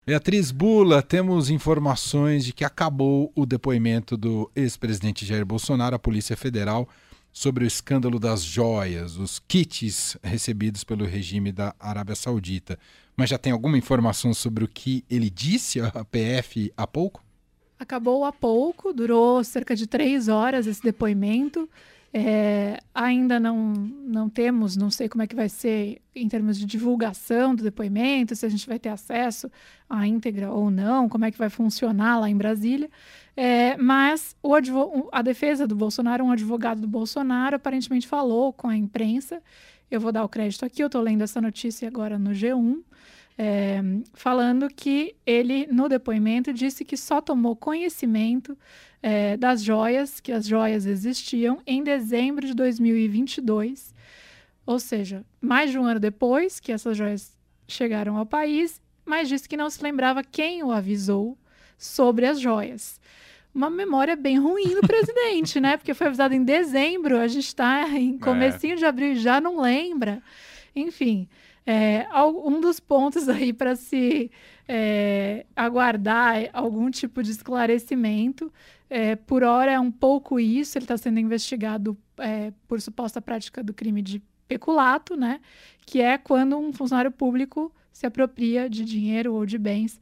Beatriz Bula, temos informações de que acabou o depoimento do ex-presidente Jair Bolsonaro à Polícia Federal sobre o escândalo das joias, os kits recebidos pelo regime da Arábia Saudita. Mas já tem alguma informação sobre o que ele disse à PF há pouco? Acabou há pouco, durou cerca de 3 horas esse depoimento. Ainda não temos, não sei como é que vai ser em termos de divulgação do depoimento, se a gente vai ter acesso à íntegra ou não, como é que vai funcionar lá em Brasília. Mas a defesa do Bolsonaro, um advogado do Bolsonaro, aparentemente falou com a imprensa. Eu vou dar o crédito aqui, eu estou lendo essa notícia agora no G1. Falando que ele, no depoimento, disse que só tomou conhecimento das joias, que as joias existiam, em dezembro de 2022, ou seja, mais de um ano depois que essas joias chegaram ao país, mas disse que não se lembrava quem o avisou sobre as joias. Uma memória bem ruim do presidente, né? Porque foi avisado em dezembro, a gente está em comecinho de abril e já não lembra. Enfim... um dos pontos aí para se aguardar algum tipo de esclarecimento. Por hora é um pouco isso, ele está sendo investigado por suposta prática do crime de peculato, né? Que é quando um funcionário público se apropria de dinheiro ou de bens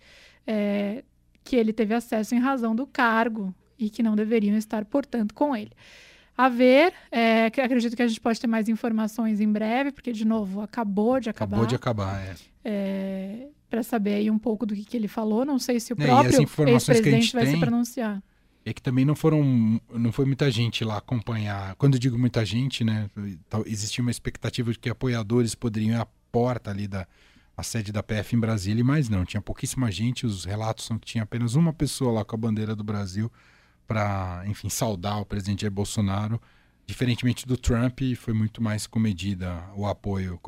que ele teve acesso em razão do cargo e que não deveriam estar, portanto, com ele. A ver, que acredito que a gente pode ter mais informações em breve, porque, de novo, acabou de acabar. Acabou de acabar, para saber aí um pouco do que ele falou. Não sei se o próprio ex-presidente vai se pronunciar. É que também não foi muita gente lá acompanhar. Quando eu digo muita gente, né, existia uma expectativa de que apoiadores poderiam ir à porta ali a sede da PF em Brasília, mas não, tinha pouquíssima gente. Os relatos são que tinha apenas uma pessoa lá com a bandeira do Brasil para, enfim, saudar o presidente Jair Bolsonaro. Diferentemente do Trump, foi muito mais comedido o apoio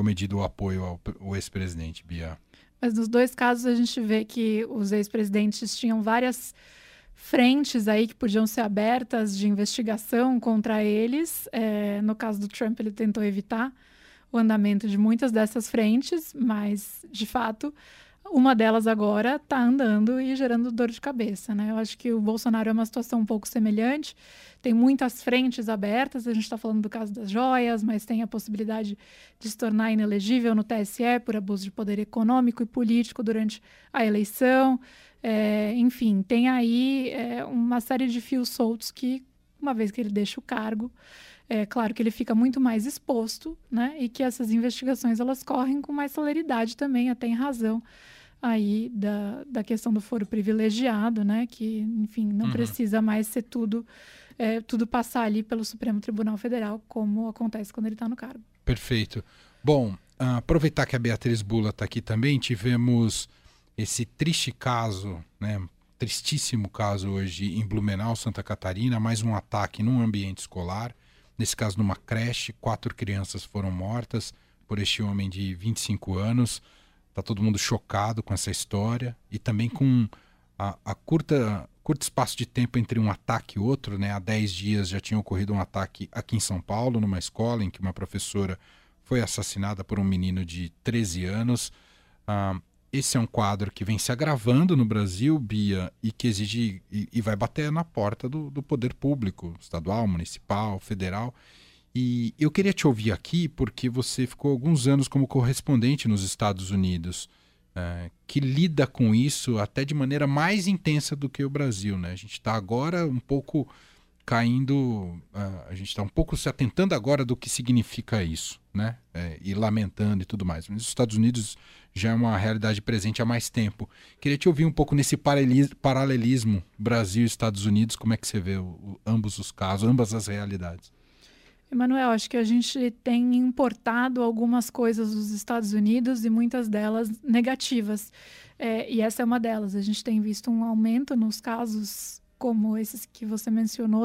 ao ex-presidente, Bia. Mas nos dois casos a gente vê que os ex-presidentes tinham várias frentes aí que podiam ser abertas de investigação contra eles. No caso do Trump, ele tentou evitar o andamento de muitas dessas frentes, mas, de fato, uma delas agora está andando e gerando dor de cabeça, né? Eu acho que o Bolsonaro é uma situação um pouco semelhante. Tem muitas frentes abertas. A gente está falando do caso das joias, mas tem a possibilidade de se tornar inelegível no TSE por abuso de poder econômico e político durante a eleição. Enfim, tem aí uma série de fios soltos que, uma vez que ele deixa o cargo, claro que ele fica muito mais exposto, né? E que essas investigações elas correm com mais celeridade também, até em razão aí da questão do foro privilegiado, né? Que, enfim, não precisa mais ser tudo passar ali pelo Supremo Tribunal Federal, como acontece quando ele está no cargo. Perfeito. Bom, aproveitar que a Beatriz Bula está aqui também, tivemos esse triste caso, né? Tristíssimo caso hoje em Blumenau, Santa Catarina, mais um ataque num ambiente escolar, nesse caso numa creche, 4 crianças foram mortas por este homem de 25 anos. Está todo mundo chocado com essa história e também com a curto espaço de tempo entre um ataque e outro, né? Há 10 dias já tinha ocorrido um ataque aqui em São Paulo, numa escola em que uma professora foi assassinada por um menino de 13 anos. Esse é um quadro que vem se agravando no Brasil, Bia, e que exige e vai bater na porta do poder público, estadual, municipal, federal. E eu queria te ouvir aqui porque você ficou alguns anos como correspondente nos Estados Unidos, que lida com isso até de maneira mais intensa do que o Brasil, né? A gente está agora um pouco caindo, a gente está um pouco se atentando agora do que significa isso, né? E lamentando e tudo mais. Mas os Estados Unidos já é uma realidade presente há mais tempo. Queria te ouvir um pouco nesse paralelismo Brasil e Estados Unidos, como é que você vê ambos os casos, ambas as realidades? Emanuel, acho que a gente tem importado algumas coisas dos Estados Unidos e muitas delas negativas. E essa é uma delas. A gente tem visto um aumento nos casos como esses que você mencionou,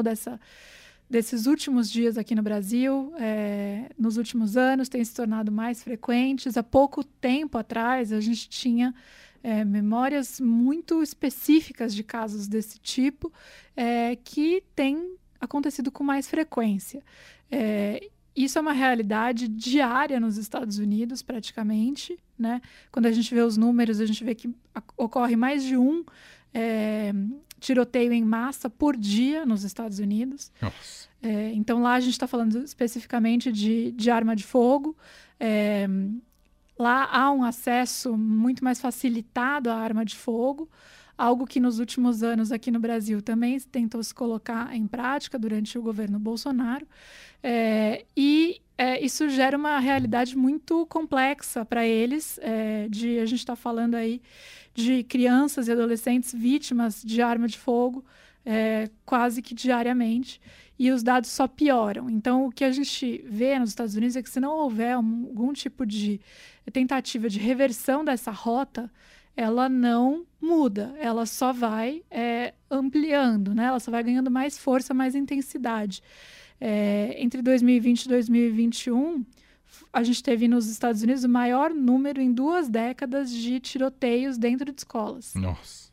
desses últimos dias aqui no Brasil. Nos últimos anos tem se tornado mais frequentes. Há pouco tempo atrás a gente tinha memórias muito específicas de casos desse tipo que têm acontecido com mais frequência. Isso é uma realidade diária nos Estados Unidos, praticamente, né? Quando a gente vê os números, a gente vê que ocorre mais de um tiroteio em massa por dia nos Estados Unidos. Nossa. Então, lá a gente está falando especificamente de arma de fogo. Lá há um acesso muito mais facilitado à arma de fogo, algo que nos últimos anos aqui no Brasil também tentou se colocar em prática durante o governo Bolsonaro. Isso gera uma realidade muito complexa para eles. A gente está falando aí de crianças e adolescentes vítimas de arma de fogo quase que diariamente. E os dados só pioram. Então, o que a gente vê nos Estados Unidos é que se não houver algum tipo de tentativa de reversão dessa rota, ela não muda, ela só vai ampliando, né? Ela só vai ganhando mais força, mais intensidade. Entre 2020 e 2021, a gente teve nos Estados Unidos o maior número em 2 décadas de tiroteios dentro de escolas. Nossa.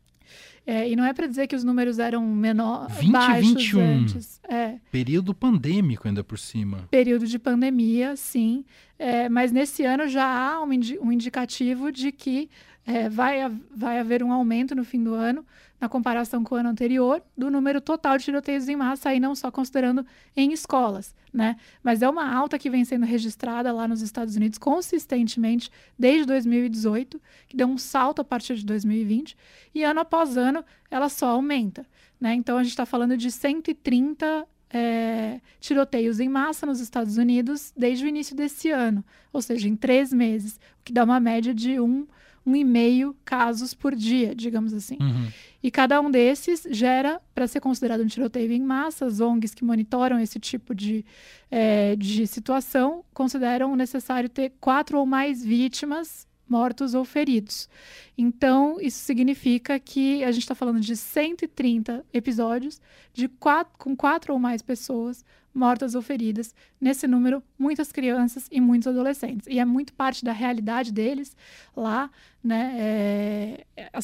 E não é para dizer que os números eram baixos 2021, antes. período pandêmico ainda por cima. Período de pandemia, sim. Mas nesse ano já há um indicativo de que vai haver um aumento no fim do ano, na comparação com o ano anterior, do número total de tiroteios em massa, aí não só considerando em escolas, né? Mas é uma alta que vem sendo registrada lá nos Estados Unidos consistentemente desde 2018, que deu um salto a partir de 2020, e ano após ano ela só aumenta, né? Então a gente está falando de 130 tiroteios em massa nos Estados Unidos desde o início desse ano, ou seja, em 3 meses, o que dá uma média de 1,5 casos por dia, digamos assim. Uhum. E cada um desses gera, para ser considerado um tiroteio em massa, as ONGs que monitoram esse tipo de situação consideram necessário ter 4 ou mais vítimas mortos ou feridos. Então, isso significa que a gente está falando de 130 episódios com 4 ou mais pessoas mortas ou feridas. Nesse número, muitas crianças e muitos adolescentes. E é muito parte da realidade deles lá, né?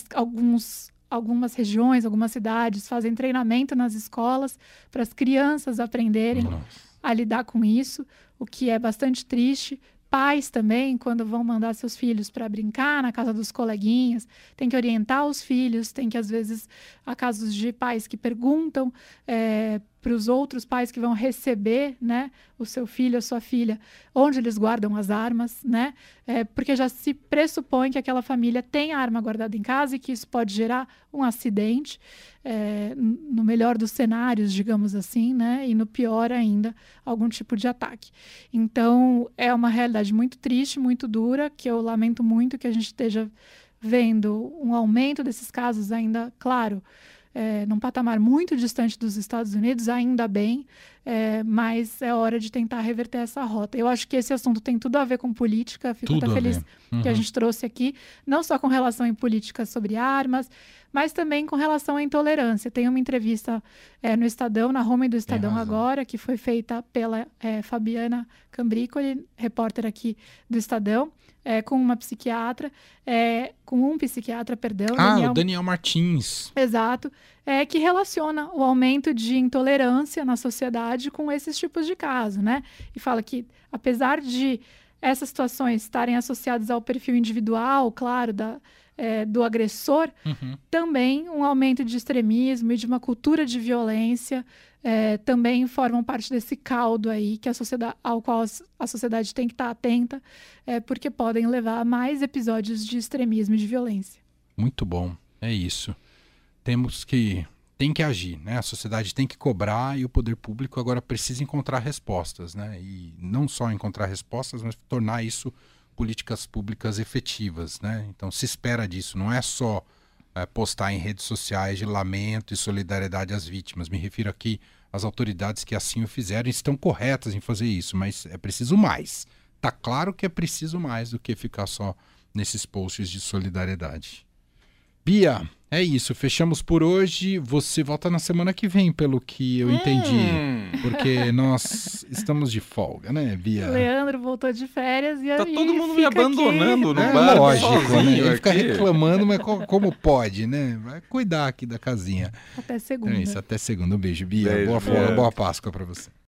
Algumas regiões, algumas cidades fazem treinamento nas escolas para as crianças aprenderem a lidar com isso, o que é bastante triste. Pais também, quando vão mandar seus filhos para brincar na casa dos coleguinhas, tem que orientar os filhos, tem que, às vezes, há casos de pais que perguntam para os outros pais que vão receber, né, o seu filho, a sua filha, onde eles guardam as armas, né? Porque já se pressupõe que aquela família tem a arma guardada em casa e que isso pode gerar um acidente, no melhor dos cenários, digamos assim, né? E no pior ainda, algum tipo de ataque. Então, é uma realidade muito triste, muito dura, que eu lamento muito que a gente esteja vendo um aumento desses casos ainda, claro, num patamar muito distante dos Estados Unidos, ainda bem, mas é hora de tentar reverter essa rota. Eu acho que esse assunto tem tudo a ver com política, fico até feliz que a gente trouxe aqui, não só com relação em política sobre armas, mas também com relação à intolerância. Tem uma entrevista no Estadão, na home do Estadão agora, que foi feita pela Fabiana Cambricoli, repórter aqui do Estadão, com uma psiquiatra, com um psiquiatra, perdão. O Daniel Martins. Exato. Que relaciona o aumento de intolerância na sociedade com esses tipos de casos, né? E fala que, apesar de essas situações estarem associadas ao perfil individual, claro, do agressor, também um aumento de extremismo e de uma cultura de violência também formam parte desse caldo aí ao qual a sociedade tem que estar atenta, porque podem levar a mais episódios de extremismo e de violência. Muito bom, é isso. Tem que agir, né? A sociedade tem que cobrar e o poder público agora precisa encontrar respostas, né? E não só encontrar respostas, mas tornar isso políticas públicas efetivas, né? Então se espera disso, não é só postar em redes sociais de lamento e solidariedade às vítimas. Me refiro aqui às autoridades que assim o fizeram e estão corretas em fazer isso, mas é preciso mais. Tá claro que é preciso mais do que ficar só nesses posts de solidariedade. Bia, é isso. Fechamos por hoje. Você volta na semana que vem, pelo que eu entendi. Porque nós estamos de folga, né, Bia? Leandro voltou de férias e tá todo mundo me abandonando aqui no bar. Lógico, né? Ele fica aqui reclamando, mas como pode, né? Vai cuidar aqui da casinha. Até segunda. É isso, até segunda. Um beijo, Bia. Beijo, Boa folga, Bia. boa Páscoa pra você.